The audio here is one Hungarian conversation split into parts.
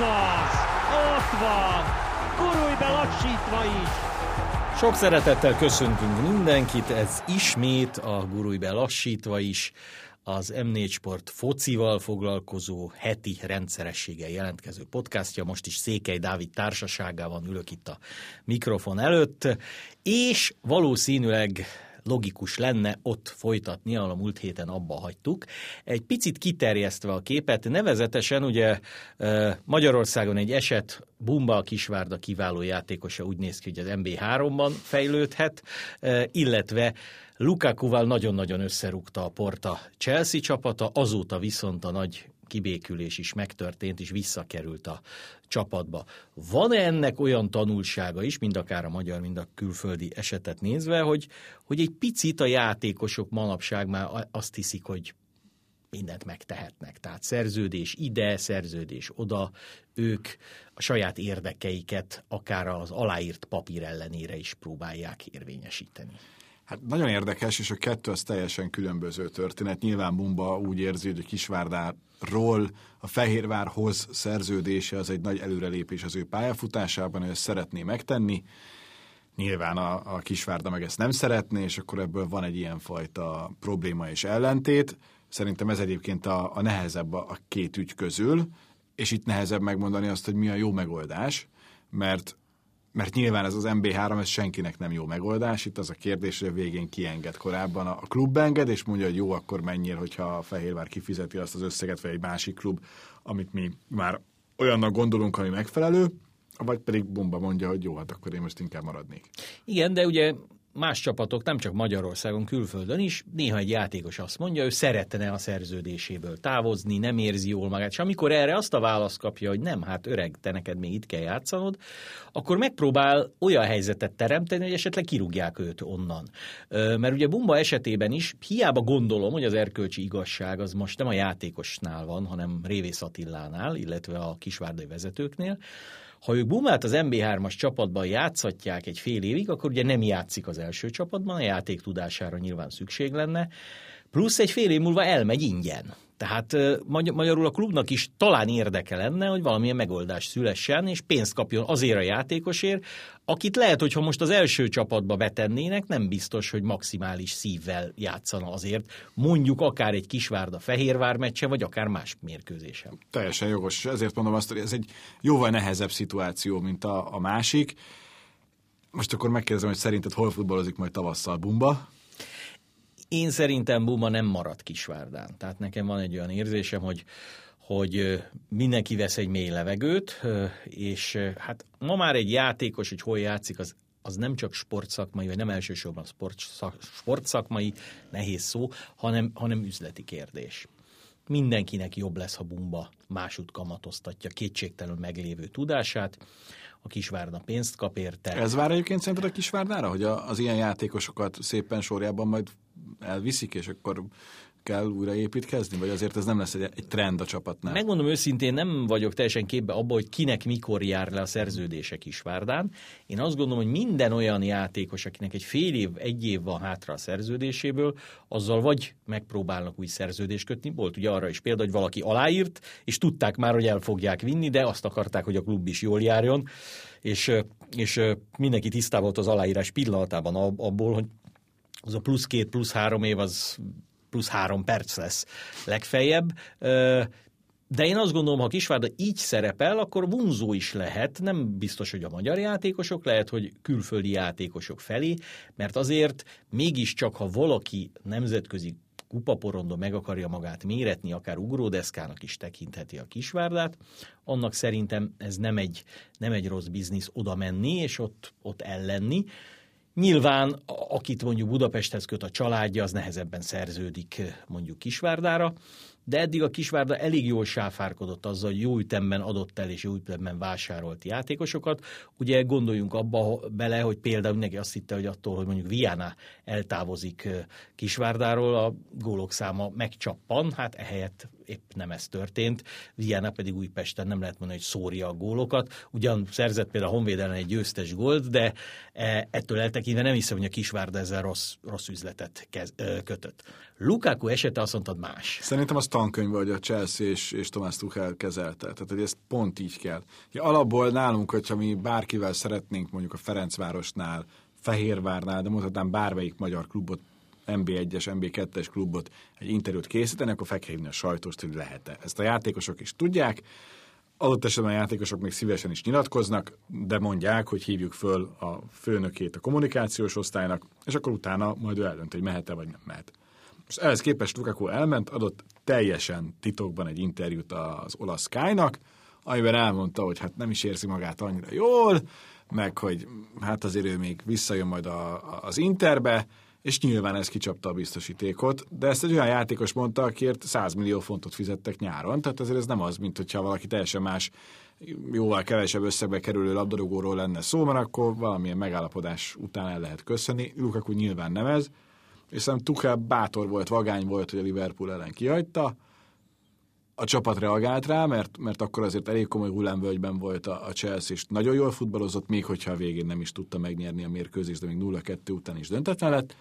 az! Ott van! Gurulj be lassítva is! Sok szeretettel köszöntünk mindenkit, ez ismét a Gurulj be lassítva is, az M4 Sport focival foglalkozó heti rendszerességgel jelentkező podcastja. Most is Székely Dávid társaságában ülök itt a mikrofon előtt, és valószínűleg logikus lenne ott folytatni, ahol a múlt héten abba hagytuk. Egy picit kiterjesztve a képet, nevezetesen ugye Magyarországon egy eset, Bumba a Kisvárda kiváló játékosa úgy néz ki, hogy az MB3-ban fejlődhet, illetve Lukakuval nagyon-nagyon összerúgta a Porta Chelsea csapata, azóta viszont a nagy kibékülés is megtörtént, és visszakerült a csapatba. Van-e ennek olyan tanulsága is, mind akár a magyar, mind a külföldi esetet nézve, hogy egy picit a játékosok manapság már azt hiszik, hogy mindent megtehetnek. Tehát szerződés ide, szerződés oda, ők a saját érdekeiket akár az aláírt papír ellenére is próbálják érvényesíteni. Hát nagyon érdekes, és a kettő az teljesen különböző történet. Nyilván Bumba úgy érzi, hogy a Kisvárdáról a Fehérvárhoz szerződése az egy nagy előrelépés az ő pályafutásában, hogy ezt szeretné megtenni. Nyilván a Kisvárda meg ezt nem szeretné, és akkor ebből van egy ilyenfajta probléma és ellentét. Szerintem ez egyébként a nehezebb a két ügy közül, és itt nehezebb megmondani azt, hogy mi a jó megoldás, mert nyilván ez az MB3, ez senkinek nem jó megoldás. Itt az a kérdés, hogy a végén kienged korábban. A klub enged, és mondja, hogy jó, akkor menjél, hogyha a Fehérvár kifizeti azt az összeget, vagy egy másik klub, amit mi már olyannak gondolunk, ami megfelelő, vagy pedig Bumba mondja, hogy jó, hát akkor én most inkább maradnék. Igen, de ugye más csapatok, nem csak Magyarországon, külföldön is, néha egy játékos azt mondja, ő szeretne a szerződéséből távozni, nem érzi jól magát, és amikor erre azt a választ kapja, hogy nem, hát öreg, te neked még itt kell játszanod, akkor megpróbál olyan helyzetet teremteni, hogy esetleg kirúgják őt onnan. Mert ugye Bumba esetében is hiába gondolom, hogy az erkölcsi igazság az most nem a játékosnál van, hanem Révész Attilánál, illetve a kisvárdai vezetőknél. Ha ők Bumbát az MB3-as csapatban játszhatják egy fél évig, akkor ugye nem játszik az első csapatban, a játék tudására nyilván szükség lenne, plusz egy fél év múlva elmegy ingyen. Tehát magyarul a klubnak is talán érdeke lenne, hogy valamilyen megoldás szülessen, és pénzt kapjon azért a játékosért, akit lehet, hogyha most az első csapatba betennének, nem biztos, hogy maximális szívvel játszana azért, mondjuk akár egy Kisvárda-Fehérvár meccse, vagy akár más mérkőzésen. Teljesen jogos, ezért mondom azt, hogy ez egy jóval nehezebb szituáció, mint a másik. Most akkor megkérdezem, hogy szerinted hol futballozik majd tavasszal Bumba? Én szerintem Bumba nem marad Kisvárdán. Tehát nekem van egy olyan érzésem, hogy mindenki vesz egy mély levegőt, és hát ma már egy játékos, hogy hol játszik, az nem csak sportszakmai, vagy nem elsősorban sportszakmai, nehéz szó, hanem üzleti kérdés. Mindenkinek jobb lesz, ha Bumba másút kamatoztatja kétségtelenül meglévő tudását, a Kisvárda pénzt kap érte. Ez vár egyébként szerinted a Kisvárdára, hogy az ilyen játékosokat szépen sorjában majd elviszik, és akkor kell újra építkezni? Vagy azért ez nem lesz egy trend a csapatnál? Megmondom őszintén, nem vagyok teljesen képbe abba, hogy kinek mikor jár le a szerződése Kisvárdán. Én azt gondolom, hogy minden olyan játékos, akinek egy fél év, egy év van hátra a szerződéséből, azzal vagy megpróbálnak új szerződést kötni. Volt ugye arra is példa, hogy valaki aláírt, és tudták már, hogy el fogják vinni, de azt akarták, hogy a klub is jól járjon, és mindenki tisztában volt az aláírás pillanatában abból, hogy az a plusz 2, plusz 3 év, az plusz 3 perc lesz legfeljebb. De én azt gondolom, ha Kisvárda így szerepel, akkor vonzó is lehet, nem biztos, hogy a magyar játékosok, lehet, hogy külföldi játékosok felé, mert azért mégiscsak, ha valaki nemzetközi kupaporondon meg akarja magát méretni, akár ugródeszkának is tekintheti a Kisvárdát, annak szerintem ez nem egy rossz biznisz oda menni, és ott ellenni. Nyilván, akit mondjuk Budapesthez köt a családja, az nehezebben szerződik mondjuk Kisvárdára, de eddig a Kisvárda elég jól sáfárkodott azzal, hogy jó ütemben adott el és jó ütemben vásárolt játékosokat. Ugye gondoljunk abba bele, hogy például mindenki azt hitte, hogy attól, hogy mondjuk Viana eltávozik Kisvárdáról, a gólok száma megcsappan, hát ehelyett épp nem ez történt. Viana pedig Újpesten nem lehet mondani, hogy szórja a gólokat. Ugyan szerzett például a Honvéd ellen egy győztes gólt, de ettől eltekintve nem hiszem, hogy a Kisvárda ezzel rossz üzletet kötött. Lukaku esete azt mondtad más. Szerintem az tankönyv, hogy a Chelsea és Thomas Tuchel kezelte. Tehát, hogy ez pont így kell. Ja, alapból nálunk, hogyha mi bárkivel szeretnénk, mondjuk a Ferencvárosnál, Fehérvárnál, de mondhatnám bármelyik magyar klubot, NB1-es, NB2-es klubot egy interjút készíteni, akkor fel kell hívni a sajtóst, hogy lehet-e. Ezt a játékosok is tudják, adott esetben a játékosok még szívesen is nyilatkoznak, de mondják, hogy hívjuk föl a főnökét a kommunikációs osztálynak, és akkor utána majd ő eldönt, hogy mehet-e vagy nem mehet. Most ehhez képest Lukaku elment, adott teljesen titokban egy interjút az olasz Sky-nak, amiben elmondta, hogy hát nem is érzi magát annyira jól, meg hogy hát azért ő még visszajön majd az Interbe, és nyilván ez kicsapta a biztosítékot, de ezt egy olyan játékos mondta, akiért 100 millió fontot fizettek nyáron, tehát azért ez nem az, mint hogyha valaki teljesen más, jóval kevesebb összegbe kerülő labdarúgóról lenne szó, mert akkor valamilyen megállapodás után el lehet köszönni. Lukaku nyilván nem ez, és szerintem Tuchel bátor volt, vagány volt, hogy a Liverpool ellen kihagyta. A csapat reagált rá, mert akkor azért elég komoly hullámvölgyben volt a Chelsea, és nagyon jól futballozott, még hogyha a végén nem is tudta megnyerni a mérkőzést, de még 0-2 után is döntetlen lett.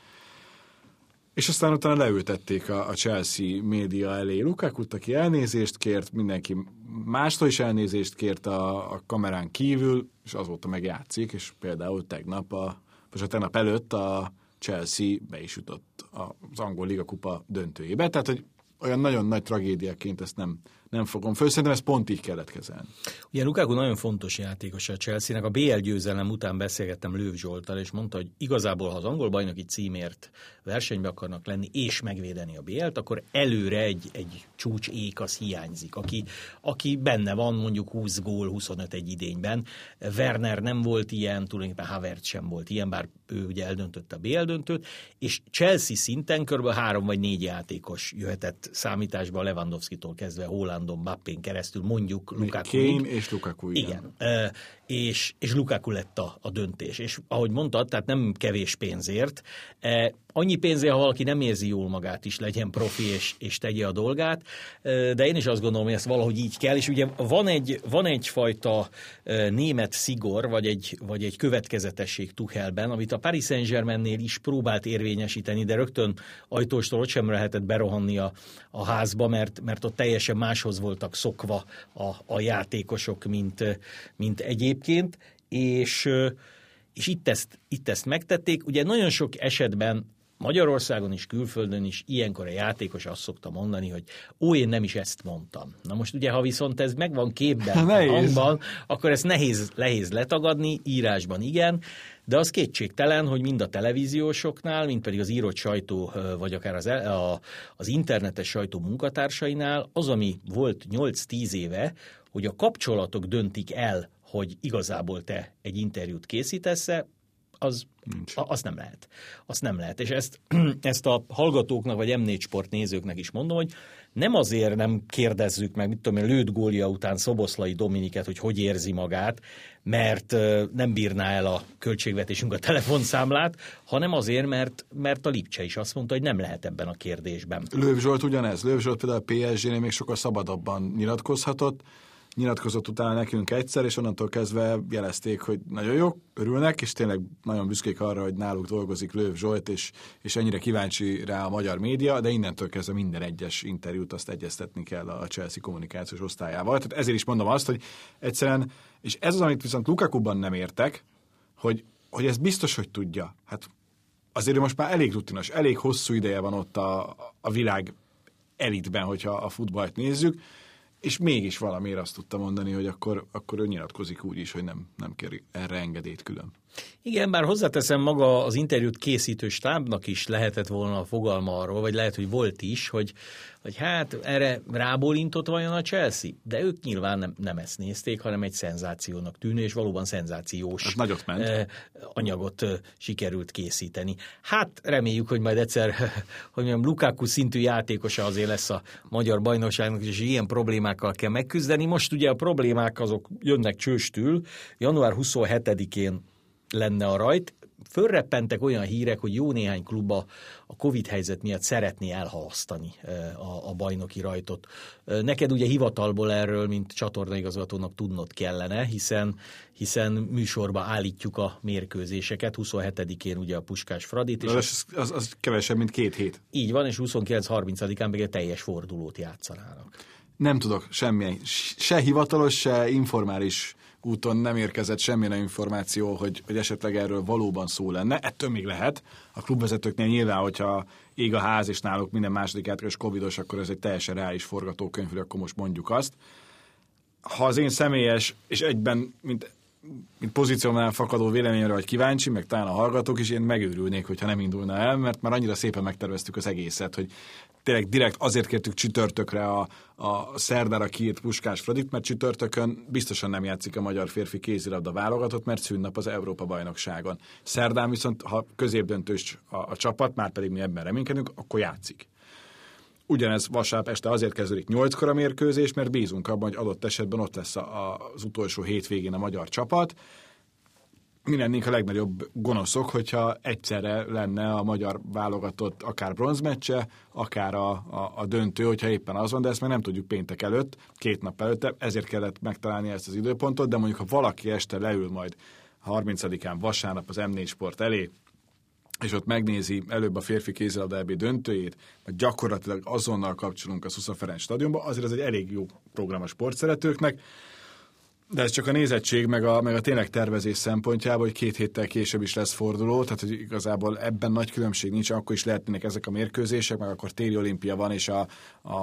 És aztán utána leültették a Chelsea média elé Lukakut, aki elnézést kért, mindenki mástól is elnézést kért a kamerán kívül, és azóta megjátszik, és például tegnap előtt a Chelsea be is jutott az angol ligakupa döntőjébe, tehát hogy olyan nagyon nagy tragédiaként ezt nem fogom föl. Szerintem ezt pont így kellett kezelni. Ugye Lukaku nagyon fontos játékos a Chelsea-nek. A BL győzelem után beszélgettem Lőv Zsolttal, és mondta, hogy igazából, ha az angol bajnoki címért versenybe akarnak lenni, és megvédeni a BL-t, akkor előre egy csúcs ék az hiányzik, aki benne van mondjuk 20 gól, 25 egy idényben. Werner nem volt ilyen, tulajdonképpen Havertz sem volt ilyen, bár ő ugye eldöntötte a BL döntőt, és Chelsea szinten kb. 3 vagy 4 játékos jöhetett számításba, Lewandowski-tól kezdve Haalandon, Mbappén keresztül, mondjuk Lukaku. Kane és Lukaku. Igen. És Lukaku lett a döntés. És ahogy mondtad, tehát nem kevés pénzért. Annyi pénzért, ha valaki nem érzi jól magát is, legyen profi és tegye a dolgát, de én is azt gondolom, hogy ezt valahogy így kell, és ugye van egyfajta német szigor, vagy egy következetesség Tuchelben, amit a Paris Saint-Germainnél is próbált érvényesíteni, de rögtön ajtóstól ott sem lehetett berohanni a házba, mert ott teljesen máshoz voltak szokva a játékosok, mint egyébként, és itt ezt megtették. Ugye nagyon sok esetben Magyarországon is, külföldön is ilyenkor a játékos azt szokta mondani, hogy én nem is ezt mondtam. Na most ugye, ha viszont ez megvan képben, hangban, akkor ezt nehéz letagadni, írásban igen, de az kétségtelen, hogy mind a televíziósoknál, mind pedig az írott sajtó, vagy akár az internetes sajtó munkatársainál az, ami volt 8-10 éve, hogy a kapcsolatok döntik el, hogy igazából te egy interjút készítesz-e, azt nem lehet. Azt nem lehet. És ezt a hallgatóknak, vagy M4 Sport nézőknek is mondom, hogy nem azért nem kérdezzük meg, mit tudom én, lőtt gólja után Szoboszlai Dominiket, hogy érzi magát, mert nem bírná el a költségvetésünk a telefonszámlát, hanem azért, mert a Lipcse is azt mondta, hogy nem lehet ebben a kérdésben. Lőv Zsolt ugyanez. Lőv Zsolt például a PSG-nél még sokkal szabadabban nyilatkozott utána nekünk egyszer, és onnantól kezdve jelezték, hogy nagyon jó, örülnek, és tényleg nagyon büszkék arra, hogy náluk dolgozik Lőv Zsolt, és ennyire kíváncsi rá a magyar média, de innentől kezdve minden egyes interjút azt egyeztetni kell a Chelsea kommunikációs osztályával. Tehát ezért is mondom azt, hogy egyszerűen, és ez az, amit viszont Lukakuban nem értek, hogy ez biztos, hogy tudja. Hát azért most már elég rutinos, elég hosszú ideje van ott a világ elitben, hogyha a futballt nézzük, és mégis valamiért azt tudta mondani, hogy akkor ő nyilatkozik úgy is, hogy nem kér erre engedélyt külön. Igen, bár hozzáteszem, maga az interjút készítő stábnak is lehetett volna a fogalma arról, vagy lehet, hogy volt is, hogy hát erre rábólintott vajon a Chelsea, de ők nyilván nem ezt nézték, hanem egy szenzációnak tűnő, és valóban szenzációs nagyot ment. Anyagot sikerült készíteni. Hát reméljük, hogy majd egyszer, hogy mondjam, Lukaku szintű játékosa azért lesz a magyar bajnokságnak, és ilyen problémákkal kell megküzdeni. Most ugye a problémák azok jönnek csőstül. Január 27-én lenne a rajt. Fölreppentek olyan hírek, hogy jó néhány klubba a Covid helyzet miatt szeretné elhalasztani a bajnoki rajtot. Neked ugye hivatalból erről, mint csatornaigazgatónak tudnod kellene, hiszen műsorba állítjuk a mérkőzéseket. 27-én ugye a Puskás Fradit. És az kevesebb, mint 2 hét. Így van, és 29-30-án meg egy teljes fordulót játszanának. Nem tudok semmilyen, se hivatalos, se informális úton nem érkezett semmilyen információ, hogy esetleg erről valóban szó lenne. Ettől még lehet. A klubvezetőknél nyilván, hogyha ég a ház, és náluk minden második játékos covidos, akkor ez egy teljesen reális forgatókönyv, hogy akkor most mondjuk azt. Ha az én személyes, és egyben, mint pozíciómnál fakadó véleményre vagy kíváncsi, meg talán a hallgatók is, én megőrülnék, hogyha nem indulna el, mert már annyira szépen megterveztük az egészet, hogy tényleg direkt azért kértük csütörtökre a szerdára kiírt Puskás Fradit, mert csütörtökön biztosan nem játszik a magyar férfi kézilabda válogatott, mert szünnap az Európa-bajnokságon. Szerdán viszont, ha középdöntős a csapat, már pedig mi ebben reménykedünk, akkor játszik. Ugyanez vasárnap este azért kezdődik 8-kor a mérkőzés, mert bízunk abban, hogy adott esetben ott lesz az utolsó hétvégén a magyar csapat. Mi lennénk a legnagyobb gonoszok, hogyha egyszerre lenne a magyar válogatott akár bronzmeccse, akár a döntő, hogyha éppen az van, de ezt meg nem tudjuk péntek előtt, 2 nap előtte, ezért kellett megtalálni ezt az időpontot, de mondjuk ha valaki este leül majd 30-án vasárnap az M4 Sport elé, és ott megnézi előbb a férfi kézilabda EB döntőjét, mert gyakorlatilag azonnal kapcsolunk a Szusza Ferenc stadionba, azért ez egy elég jó program a sportszeretőknek, de ez csak a nézettség, meg a tényleg tervezés szempontjából, hogy 2 héttel később is lesz forduló, tehát hogy igazából ebben nagy különbség nincs, akkor is lehetnének ezek a mérkőzések, meg akkor téli olimpia van, és a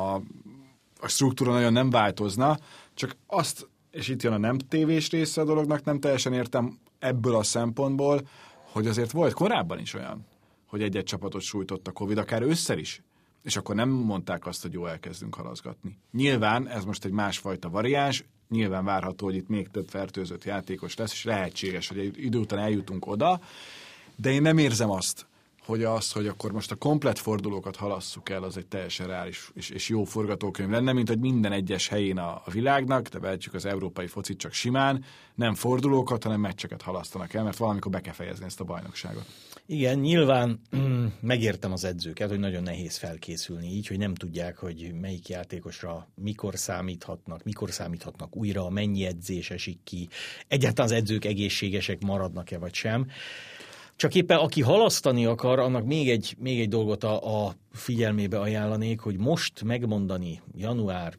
struktúra nagyon nem változna, csak azt, és itt jön a nem tévés része a dolognak, nem teljesen értem ebből a szempontból, hogy azért volt korábban is olyan, hogy egy-egy csapatot sújtott a Covid, akár ősszel is, és akkor nem mondták azt, hogy jó, elkezdünk halaszgatni. Nyilván ez most egy másfajta variáns, nyilván várható, hogy itt még több fertőzött játékos lesz, és lehetséges, hogy egy idő után eljutunk oda, de én nem érzem azt, hogy akkor most a komplett fordulókat halasszuk el, az egy teljesen reális és jó forgatókönyv lenne, mint hogy minden egyes helyén a világnak, de vehetjük az európai focit csak simán, nem fordulókat, hanem meccseket halasztanak el, mert valamikor be kell fejezni ezt a bajnokságot. Igen, nyilván megértem az edzőket, hogy nagyon nehéz felkészülni így, hogy nem tudják, hogy melyik játékosra mikor számíthatnak újra, mennyi edzés esik ki, egyáltalán az edzők egészségesek maradnak-e vagy sem. Csak éppen aki halasztani akar, annak még egy dolgot a figyelmébe ajánlanék, hogy most megmondani január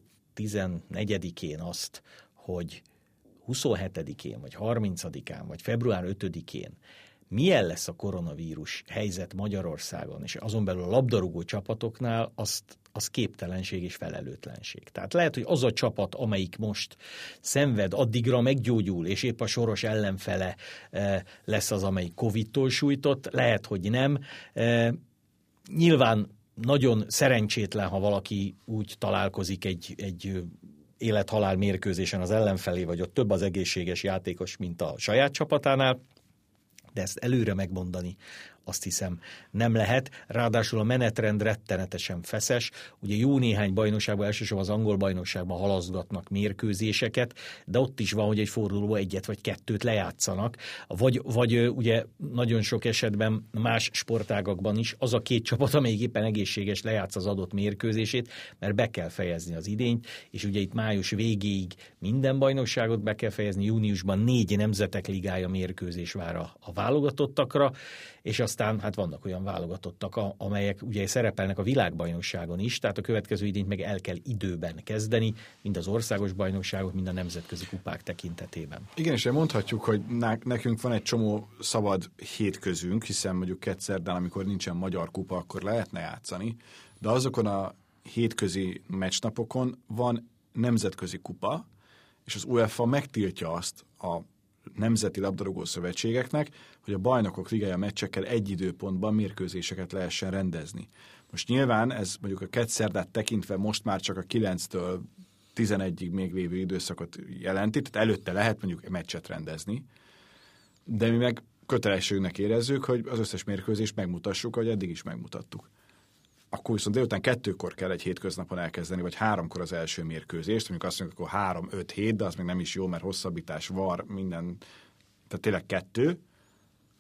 14-én azt, hogy 27-én, vagy 30-án, vagy február 5-én milyen lesz a koronavírus helyzet Magyarországon, és azon belül a labdarúgó csapatoknál, az képtelenség és felelőtlenség. Tehát lehet, hogy az a csapat, amelyik most szenved, addigra meggyógyul, és épp a soros ellenfele lesz az, amelyik Covid-tól sújtott, lehet, hogy nem. Nyilván nagyon szerencsétlen, ha valaki úgy találkozik egy élet-halál mérkőzésen az ellenfelé, vagy ott több az egészséges játékos, mint a saját csapatánál, de ezt előre megmondani, azt hiszem nem lehet. Ráadásul a menetrend rettenetesen feszes. Ugye jó néhány bajnokságban, elsősorban az angol bajnokságban halaszgatnak mérkőzéseket, de ott is van, hogy egy fordulóban 1 vagy 2 lejátszanak. Vagy ugye nagyon sok esetben más sportágakban is az a 2 csapat, amelyik éppen egészséges, lejátsz az adott mérkőzését, mert be kell fejezni az idényt, és ugye itt május végéig minden bajnokságot be kell fejezni, júniusban 4 nemzetek ligája mérkőzés vár a válogatottakra, és aztán hát vannak olyan válogatottak, amelyek ugye szerepelnek a világbajnokságon is, tehát a következő idényt meg el kell időben kezdeni, mind az országos bajnokságok, mind a nemzetközi kupák tekintetében. Igen, és mondhatjuk, hogy nekünk van egy csomó szabad hétközünk, hiszen mondjuk kedszerdán, amikor nincsen magyar kupa, akkor lehetne játszani, de azokon a hétközi meccsnapokon van nemzetközi kupa, és az UEFA megtiltja azt a nemzeti labdarúgó szövetségeknek, hogy a bajnokok ligája meccsekkel egy időpontban mérkőzéseket lehessen rendezni. Most nyilván ez mondjuk a kedszerdát tekintve most már csak a 9-től 11-ig még lévő időszakot jelenti, tehát előtte lehet mondjuk meccset rendezni, de mi meg kötelességnek érezzük, hogy az összes mérkőzést megmutassuk, ahogy eddig is megmutattuk. Akkor viszont délután 2-kor kell egy hétköznapon elkezdeni, vagy 3-kor az első mérkőzést, mondjuk azt mondjuk, akkor 3-5-7, de az még nem is jó, mert hosszabbítás, var, minden, tehát tényleg 2,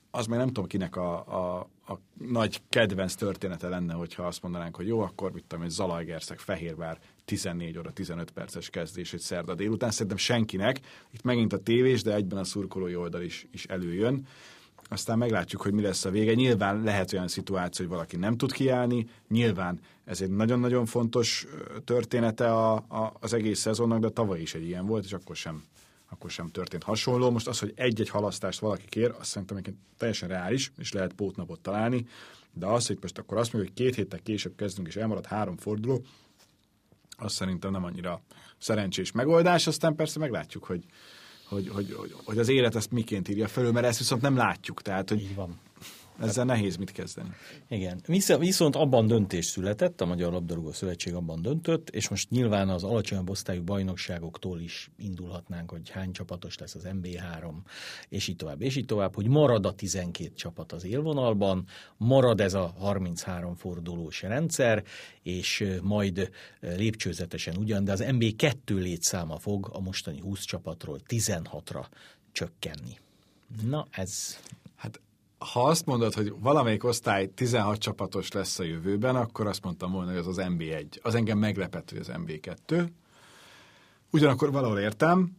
az meg nem tudom kinek a nagy kedvenc története lenne, hogyha azt mondanánk, hogy jó, akkor mit tudom, egy Zalaegerszeg Fehérvár 14 óra 15 perces kezdés egy szerda délután. Szerintem senkinek. Itt megint a tévés, de egyben a szurkolói oldal is előjön. Aztán meglátjuk, hogy mi lesz a vége. Nyilván lehet olyan szituáció, hogy valaki nem tud kiállni. Nyilván ez egy nagyon-nagyon fontos története az egész szezonnak, de tavaly is egy ilyen volt, és akkor sem történt hasonló. Most az, hogy egy-egy halasztást valaki kér, azt szerintem teljesen reális, és lehet pótnapot találni, de az, hogy most akkor azt mondjuk, hogy 2 héttel később kezdünk, és elmarad 3 forduló, az szerintem nem annyira szerencsés megoldás, aztán persze meglátjuk, hogy az élet ezt miként írja felül, mert ezt viszont nem látjuk, tehát hogy így van. Ezzel nehéz mit kezdeni. Igen. Viszont abban döntés született, a Magyar Labdarúgó Szövetség abban döntött, és most nyilván az alacsonyabb osztályú bajnokságoktól is indulhatnánk, hogy hány csapatos lesz az MB3, és így tovább, hogy marad a 12 csapat az élvonalban, marad ez a 33 fordulós rendszer, és majd lépcsőzetesen ugyan, de az MB2 létszáma fog a mostani 20 csapatról 16-ra csökkenni. Na ez... Hát ha azt mondod, hogy valamelyik osztály 16 csapatos lesz a jövőben, akkor azt mondtam volna, hogy az MB1. Az engem meglepett, hogy az MB2. Ugyanakkor valahol értem,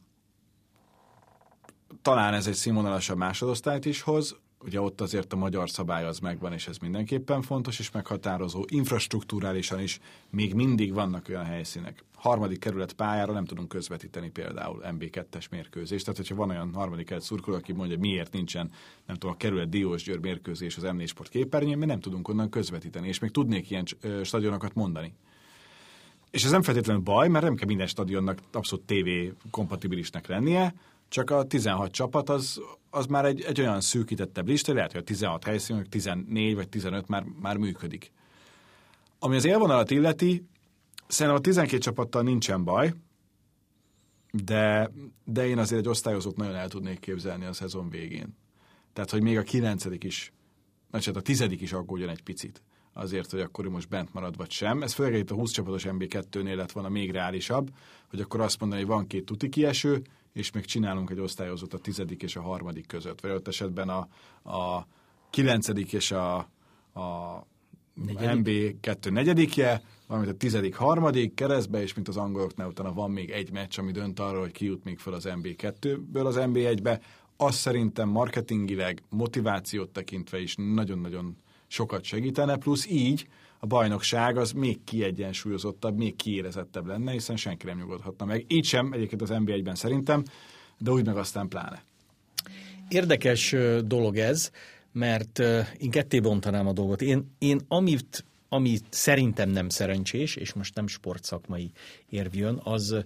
talán ez egy színvonalasabb másodosztályt is hoz, ugye ott azért a magyar szabály az megvan, és ez mindenképpen fontos, és meghatározó. Infrastruktúrálisan is még mindig vannak olyan helyszínek. 3. kerület pályára nem tudunk közvetíteni például MB2-es mérkőzést. Tehát, hogyha van olyan 3. kerület szurkoló, aki mondja, miért nincsen, nem tudom, a kerület Diósgyőr mérkőzés az M4 Sport képernyőn, mi nem tudunk onnan közvetíteni, és még tudnék ilyen stadionokat mondani. És ez nem feltétlenül baj, mert nem kell minden stadionnak abszolút TV-kompatibilisnek lennie, csak a 16 csapat az már egy olyan szűkítettebb lista, lehet, hogy a 16 helyszínünk 14 vagy 15 már működik. Ami az élvonalat illeti, szerintem a 12 csapattal nincsen baj, de én azért egy osztályozót nagyon el tudnék képzelni a szezon végén. Tehát, hogy még a 9. is, a 10. is aggódjon egy picit azért, hogy akkor most bent marad vagy sem. Ez főleg itt a 20 csapatos MB2-nél lett volna még reálisabb, hogy akkor azt mondani, hogy van 2 tuti kieső, és még csinálunk egy osztályozót a 10. és a 3. között. Vagy ott esetben a 9. és a MB2 negyedikje, valamint a 10. 3. keresztbe, és mint az angoloknál utána van még egy meccs, ami dönt arról, hogy ki jut még fel az MB2-ből az MB1-be. Az szerintem marketingileg, motivációt tekintve is nagyon-nagyon sokat segítene, plusz így a bajnokság az még kiegyensúlyozottabb, még kiérezettebb lenne, hiszen senki nem nyugodhatna meg. Így sem egyébként az NB1-ben szerintem, de úgy meg aztán pláne. Érdekes dolog ez, mert én ketté bontanám a dolgot. Én amit szerintem nem szerencsés, és most nem sportszakmai érv jön,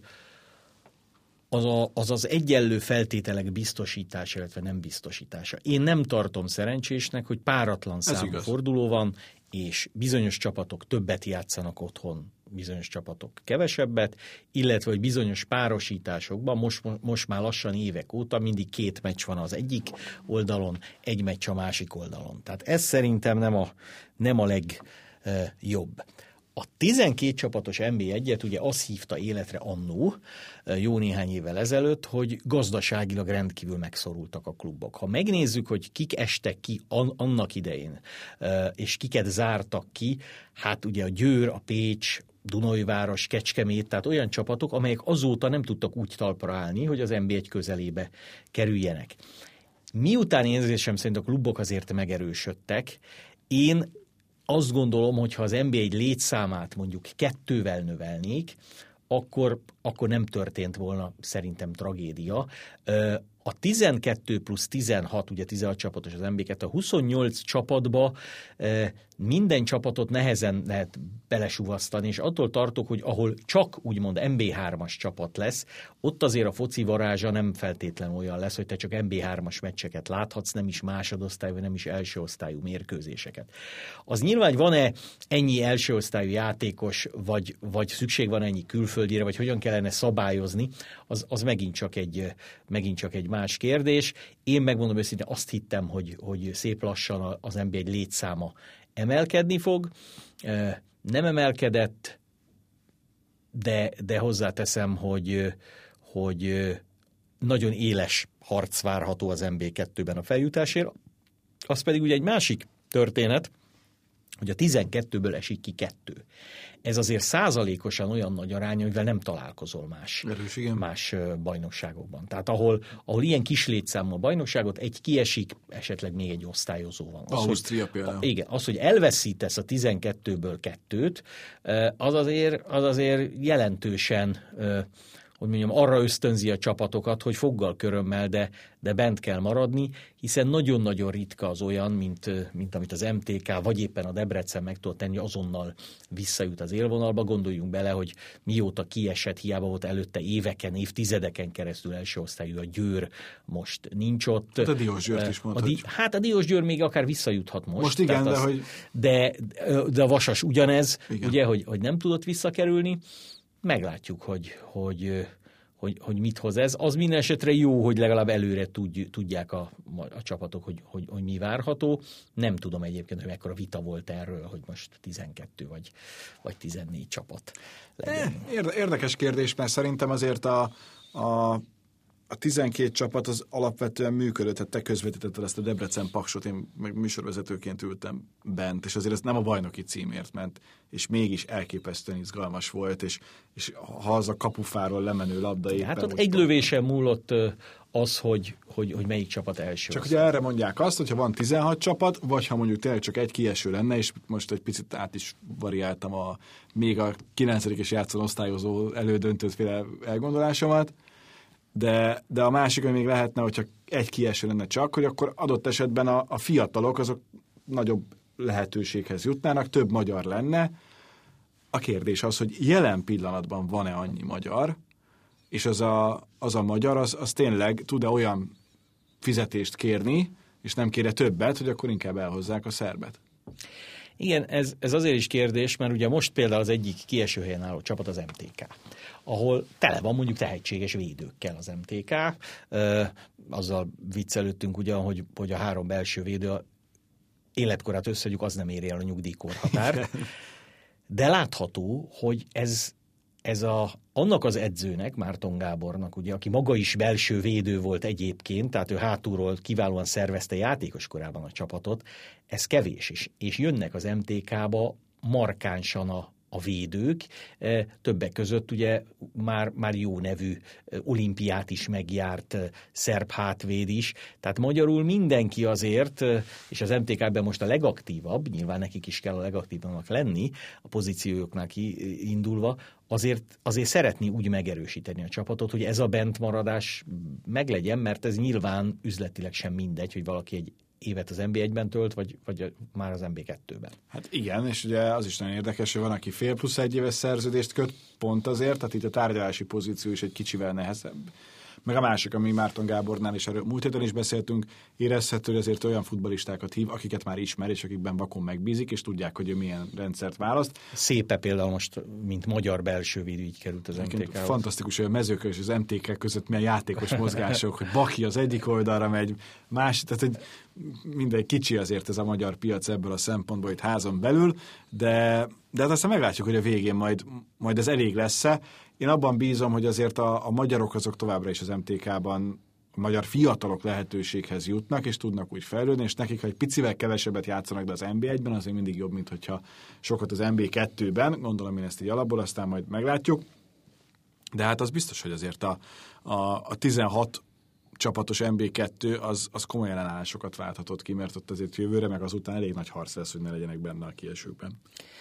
az egyenlő feltételek biztosítása, illetve nem biztosítása. Én nem tartom szerencsésnek, hogy páratlan számú forduló van, és bizonyos csapatok többet játszanak otthon, bizonyos csapatok kevesebbet, illetve hogy bizonyos párosításokban most már lassan évek óta mindig 2 meccs van az egyik oldalon, 1 meccs a másik oldalon. Tehát ez szerintem nem a legjobb. A 12 csapatos NB1-et ugye azt hívta életre annó, jó néhány évvel ezelőtt, hogy gazdaságilag rendkívül megszorultak a klubok. Ha megnézzük, hogy kik estek ki annak idején, és kiket zártak ki, hát ugye a Győr, a Pécs, Dunajváros, Kecskemét, tehát olyan csapatok, amelyek azóta nem tudtak úgy talpra állni, hogy az NB1 közelébe kerüljenek. Miután érzésem szerint a klubok azért megerősödtek, én azt gondolom, hogy ha az NB1 létszámát mondjuk 2-vel növelnék, akkor nem történt volna szerintem tragédia. A 12 plusz 16, ugye 16 csapatos az NB2, a 28 csapatba minden csapatot nehezen lehet belesuvasztani, és attól tartok, hogy ahol csak úgymond MB3-as csapat lesz, ott azért a foci varázsa nem feltétlenül olyan lesz, hogy te csak MB3-as meccseket láthatsz, nem is másodosztályú, nem is elsőosztályú mérkőzéseket. Az nyilván, hogy van-e ennyi elsőosztályú játékos, vagy szükség van ennyi külföldire, vagy hogyan kellene szabályozni, az megint csak egy más kérdés. Én megmondom őszintén, azt hittem, hogy szép lassan az NB1 létszáma emelkedni fog. Nem emelkedett, de hozzáteszem, hogy nagyon éles harc várható az NB2-ben a feljutásért. Az pedig ugye egy másik történet, hogy a 12-ből esik ki 2. Ez azért százalékosan olyan nagy arány, amivel nem találkozol más bajnokságokban. Tehát ahol ilyen kis létszámú a bajnokságot, egy kiesik, esetleg még egy osztályozó van. Ausztria például. Igen, az, hogy elveszítesz a 12-ből 2-t, az azért jelentősen, hogy mondjam, arra ösztönzi a csapatokat, hogy foggal körömmel, de bent kell maradni, hiszen nagyon-nagyon ritka az olyan, mint amit az MTK, vagy éppen a Debrecen meg tud tenni, azonnal visszajut az élvonalba. Gondoljunk bele, hogy mióta kiesett, hiába volt előtte éveken, évtizedeken keresztül első osztályú a Győr, most nincs ott. Hát a Diósgyőrt is mondhatjuk. Hát a Diósgyőr még akár visszajuthat most. Most igen, de a Vasas ugyanez, igen. Ugye, hogy nem tudott visszakerülni. Meglátjuk, hogy mit hoz ez. Az minden esetre jó, hogy legalább előre tudják a csapatok, hogy mi várható. Nem tudom egyébként, hogy mekkora vita volt erről, hogy most 12 vagy 14 csapat legyen. Érdekes kérdés, mert szerintem azért a 12 csapat az alapvetően működött, tehát te közvetítetted ezt a Debrecen Paksot, én meg műsorvezetőként ültem bent, és azért ez nem a bajnoki címért ment, és mégis elképesztően izgalmas volt, és ha az a kapufáról lemenő labda éppen... Hát ott egy lövésen múlott az, hogy melyik csapat első. Csak ugye erre mondják azt, hogyha van 16 csapat, vagy ha mondjuk tényleg csak egy kieső lenne, és most egy picit át is variáltam még a 9. és játszó osztályozó elődöntőtféle elgondolásomat, de a másik, hogy még lehetne, hogyha egy kieső lenne csak, hogy akkor adott esetben a fiatalok azok nagyobb lehetőséghez jutnának, több magyar lenne. A kérdés az, hogy jelen pillanatban van-e annyi magyar, és az a magyar, az tényleg tud-e olyan fizetést kérni, és nem kére többet, hogy akkor inkább elhozzák a szerbet. Igen, ez azért is kérdés, mert ugye most például az egyik kieső helyen álló csapat az MTK, ahol tele van mondjuk tehetséges védőkkel az MTK. Azzal viccelődtünk ugyan, hogy a 3 belső védő életkorát összeadjuk, az nem éri el a nyugdíjkorhatár. De látható, hogy ez annak az edzőnek, Márton Gábornak, ugye, aki maga is belső védő volt egyébként, tehát ő hátulról kiválóan szervezte játékos korában a csapatot, ez kevés is. És jönnek az MTK-ba markánsan a védők, többek között ugye már jó nevű olimpiát is megjárt szerb hátvéd is, tehát magyarul mindenki azért, és az MTK ebben most a legaktívabb, nyilván nekik is kell a legaktívabbnak lenni, a pozíciójuknál indulva, azért szeretné úgy megerősíteni a csapatot, hogy ez a bentmaradás meglegyen, mert ez nyilván üzletileg sem mindegy, hogy valaki egy évet az NB1-ben tölt, vagy már az NB2-ben. Hát igen, és ugye az is nagyon érdekes, hogy van, aki fél plusz 1 éves szerződést köt, pont azért, tehát itt a tárgyalási pozíció is egy kicsivel nehezebb. Meg a másik, ami Márton Gábornál is erről múlt héten is beszéltünk, érezhető, hogy azért olyan futballistákat hív, akiket már ismer, és akikben vakon megbízik, és tudják, hogy ő milyen rendszert választ. Szépe például most, mint magyar belső védő, így került az MTK-hoz. Fantasztikus, hogy a Mezőkő és az MTK között milyen játékos mozgások, hogy Baki az egyik oldalra megy, tehát hogy mindegy kicsi azért ez a magyar piac ebből a szempontból itt házon belül, de hát aztán meglátjuk, hogy a végén majd ez elég lesz-e. Én abban bízom, hogy azért a magyarok azok továbbra is az MTK-ban a magyar fiatalok lehetőséghez jutnak, és tudnak úgy fejlődni, és nekik, ha egy picivel kevesebbet játszanak, de az NB1-ben, azért mindig jobb, mint hogyha sokat az NB2-ben, gondolom én ezt így alapból, aztán majd meglátjuk. De hát az biztos, hogy azért a 16 csapatos NB2 az komoly ellenállásokat válthatott ki, mert ott azért jövőre, meg azután elég nagy harc lesz, hogy ne legyenek benne a kiesőkben.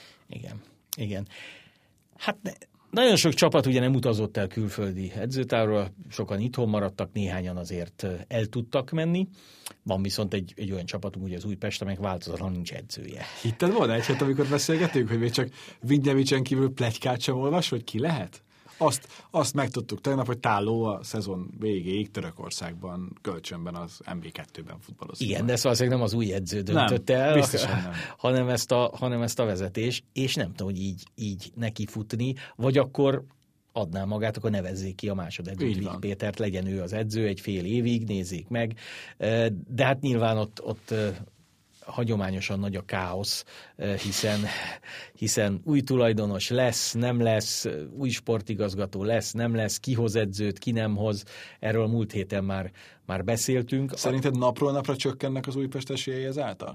Igen. Hát nagyon sok csapat ugye nem utazott el külföldi edzőtárról, sokan itthon maradtak, néhányan azért el tudtak menni. Van viszont egy olyan csapatunk, ugye az Újpest, amelyek változatlanul nincs edzője. Hitted volna egy hét, amikor beszélgetünk, hogy még csak Vignjevicsen kívül pletykát sem olvas, hogy ki lehet? Azt megtudtuk tegnap, hogy Táló a szezon végéig Törökországban, kölcsönben az MB2-ben futballozik. Igen, de szóval nem az új edző döntött el, biztosan nem. hanem ezt a vezetés, és nem tudom, hogy így neki futni, vagy akkor adná magát, akkor nevezzék ki a másodedzőt, Vig Pétert, legyen ő az edző egy fél évig, nézzék meg, de hát nyilván ott hagyományosan nagy a káosz, hiszen új tulajdonos lesz, nem lesz, új sportigazgató lesz, nem lesz, ki hoz edzőt, ki nem hoz. Erről múlt héten már beszéltünk. Szerinted napról napra csökkennek az Újpest esélyei ezáltal?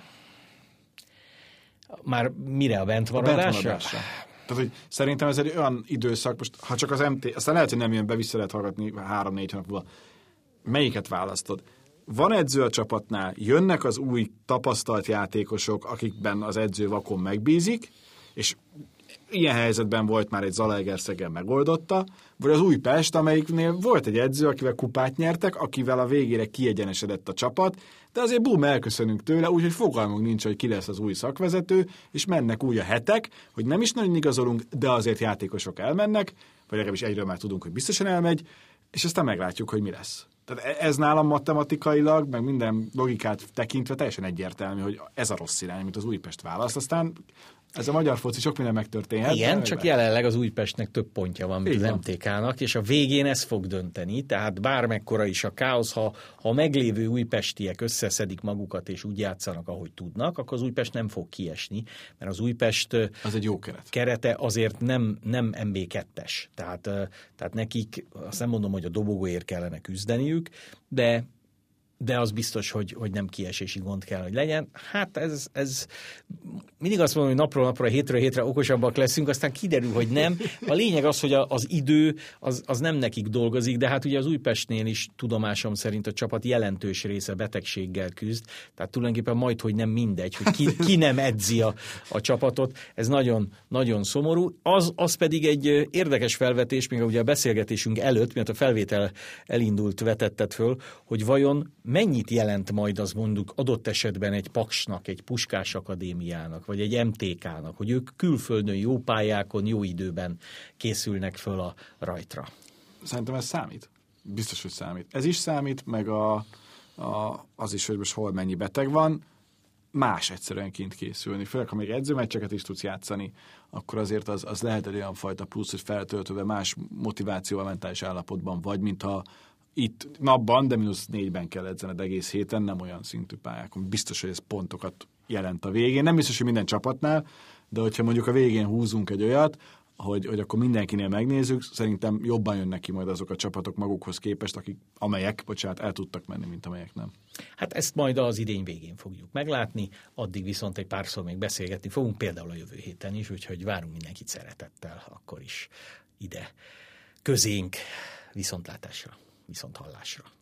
Már mire, a bentmaradásra? Tehát, hogy szerintem ez egy olyan időszak, most ha csak az MT, aztán lehet, hogy nem jön be, vissza lehet hallgatni 3-4 hónap múlva. Melyiket választod? Van edző a csapatnál, jönnek az új tapasztalt játékosok, akikben az edző vakon megbízik, és ilyen helyzetben volt már egy Zalaegerszegen megoldotta, vagy az Újpest, amelyiknél volt egy edző, akivel kupát nyertek, akivel a végére kiegyenesedett a csapat, de azért bum, elköszönünk tőle, úgyhogy fogalmunk nincs, hogy ki lesz az új szakvezető, és mennek úgy a hetek, hogy nem is nagyon igazolunk, de azért játékosok elmennek, vagy legalábbis egyről már tudunk, hogy biztosan elmegy, és aztán meglátjuk, hogy mi lesz. Tehát ez nálam matematikailag, meg minden logikát tekintve teljesen egyértelmű, hogy ez a rossz irány, amit az Újpest választ. Aztán ez a magyar foci sok minden megtörténhet. Igen, csak jelenleg az Újpestnek több pontja van, mint az MTK-nak, és a végén ez fog dönteni, tehát bármekkora is a káosz, ha a meglévő újpestiek összeszedik magukat, és úgy játszanak, ahogy tudnak, akkor az Újpest nem fog kiesni, mert az Újpest az egy jó kerete azért nem MB2-es. Tehát nekik, azt nem mondom, hogy a dobogóért kellene küzdeniük, de az biztos, hogy nem kiesési gond kell, hogy legyen. Hát ez mindig azt mondom, hogy napról napra, hétről hétre okosabbak leszünk, aztán kiderül, hogy nem. A lényeg az, hogy az idő az nem nekik dolgozik, de hát ugye az Újpestnél is tudomásom szerint a csapat jelentős része betegséggel küzd, tehát tulajdonképpen majdhogy nem mindegy, hogy ki nem edzi a csapatot. Ez nagyon, nagyon szomorú. Az pedig egy érdekes felvetés, még ugye a beszélgetésünk előtt, miatt a felvétel elindult, vetetted föl, hogy vajon mennyit jelent majd az mondjuk adott esetben egy Paksnak, egy Puskás Akadémiának, vagy egy MTK-nak, hogy ők külföldön jó pályákon, jó időben készülnek föl a rajtra? Szerintem ez számít. Biztos, hogy számít. Ez is számít, meg az is, hogy most hol mennyi beteg van. Más egyszerűen kint készülni. Főleg, ha még edzőmeccseket is tudsz játszani, akkor azért az lehet egy olyan fajta plusz, hogy feltöltődve más motivációval, mentális állapotban vagy, mintha itt napban, de -4-ben kell edzened egész héten, nem olyan szintű pályákon. Biztos, hogy ez pontokat jelent a végén. Nem biztos, hogy minden csapatnál, de hogyha mondjuk a végén húzunk egy olyat, hogy akkor mindenkinél megnézzük, szerintem jobban jönnek ki majd azok a csapatok magukhoz képest, amelyek el tudtak menni, mint amelyek nem. Hát ezt majd az idény végén fogjuk meglátni, addig viszont egy párszor még beszélgetni fogunk, például a jövő héten is, úgyhogy várunk mindenkit szeretettel akkor is ide közénk, viszontlátásra, viszonthallásra.